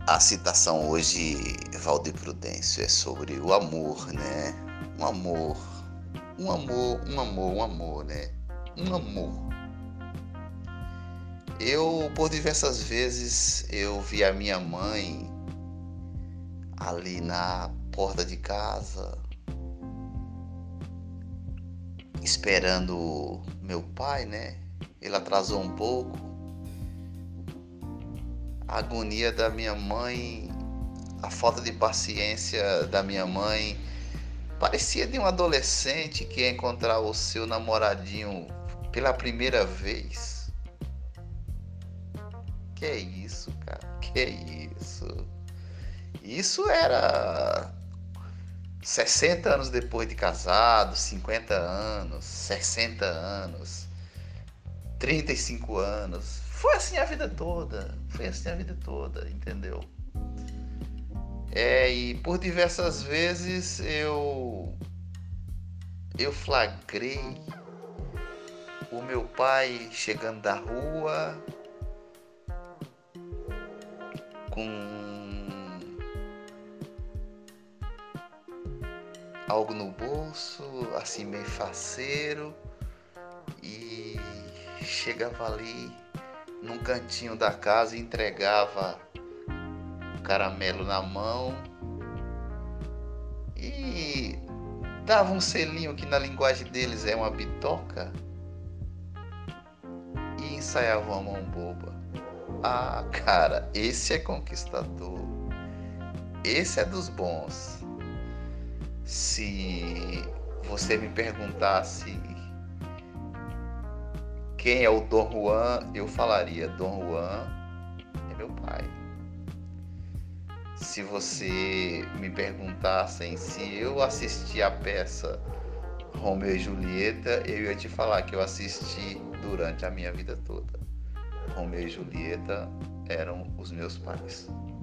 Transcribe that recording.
A citação hoje, Valdir Prudêncio, é sobre o amor, né? Um amor, um amor, né? Um amor. Eu, por diversas vezes, eu vi a minha mãe ali na porta de casa, esperando meu pai, né? Ele atrasou um pouco. A agonia da minha mãe, a falta de paciência da minha mãe, parecia de um adolescente que ia encontrar o seu namoradinho pela primeira vez. Que é isso, cara? Que é isso? Isso era 60 anos depois de casado, 50 anos, 60 anos, 35 anos. Foi assim a vida toda. Foi assim a vida toda, entendeu? E por diversas vezes eu flagrei o meu pai chegando da rua com algo no bolso, assim meio faceiro, e chegava ali num cantinho da casa e entregava o caramelo na mão e dava um selinho que na linguagem deles é uma bitoca e ensaiava uma mão boba. Ah, cara, esse é conquistador. Esse é dos bons. Se você me perguntasse quem é o Dom Juan, eu falaria: Dom Juan é meu pai. Se você me perguntasse se eu assisti a peça Romeu e Julieta, eu ia te falar que eu assisti durante a minha vida toda. Romeu e Julieta eram os meus pais.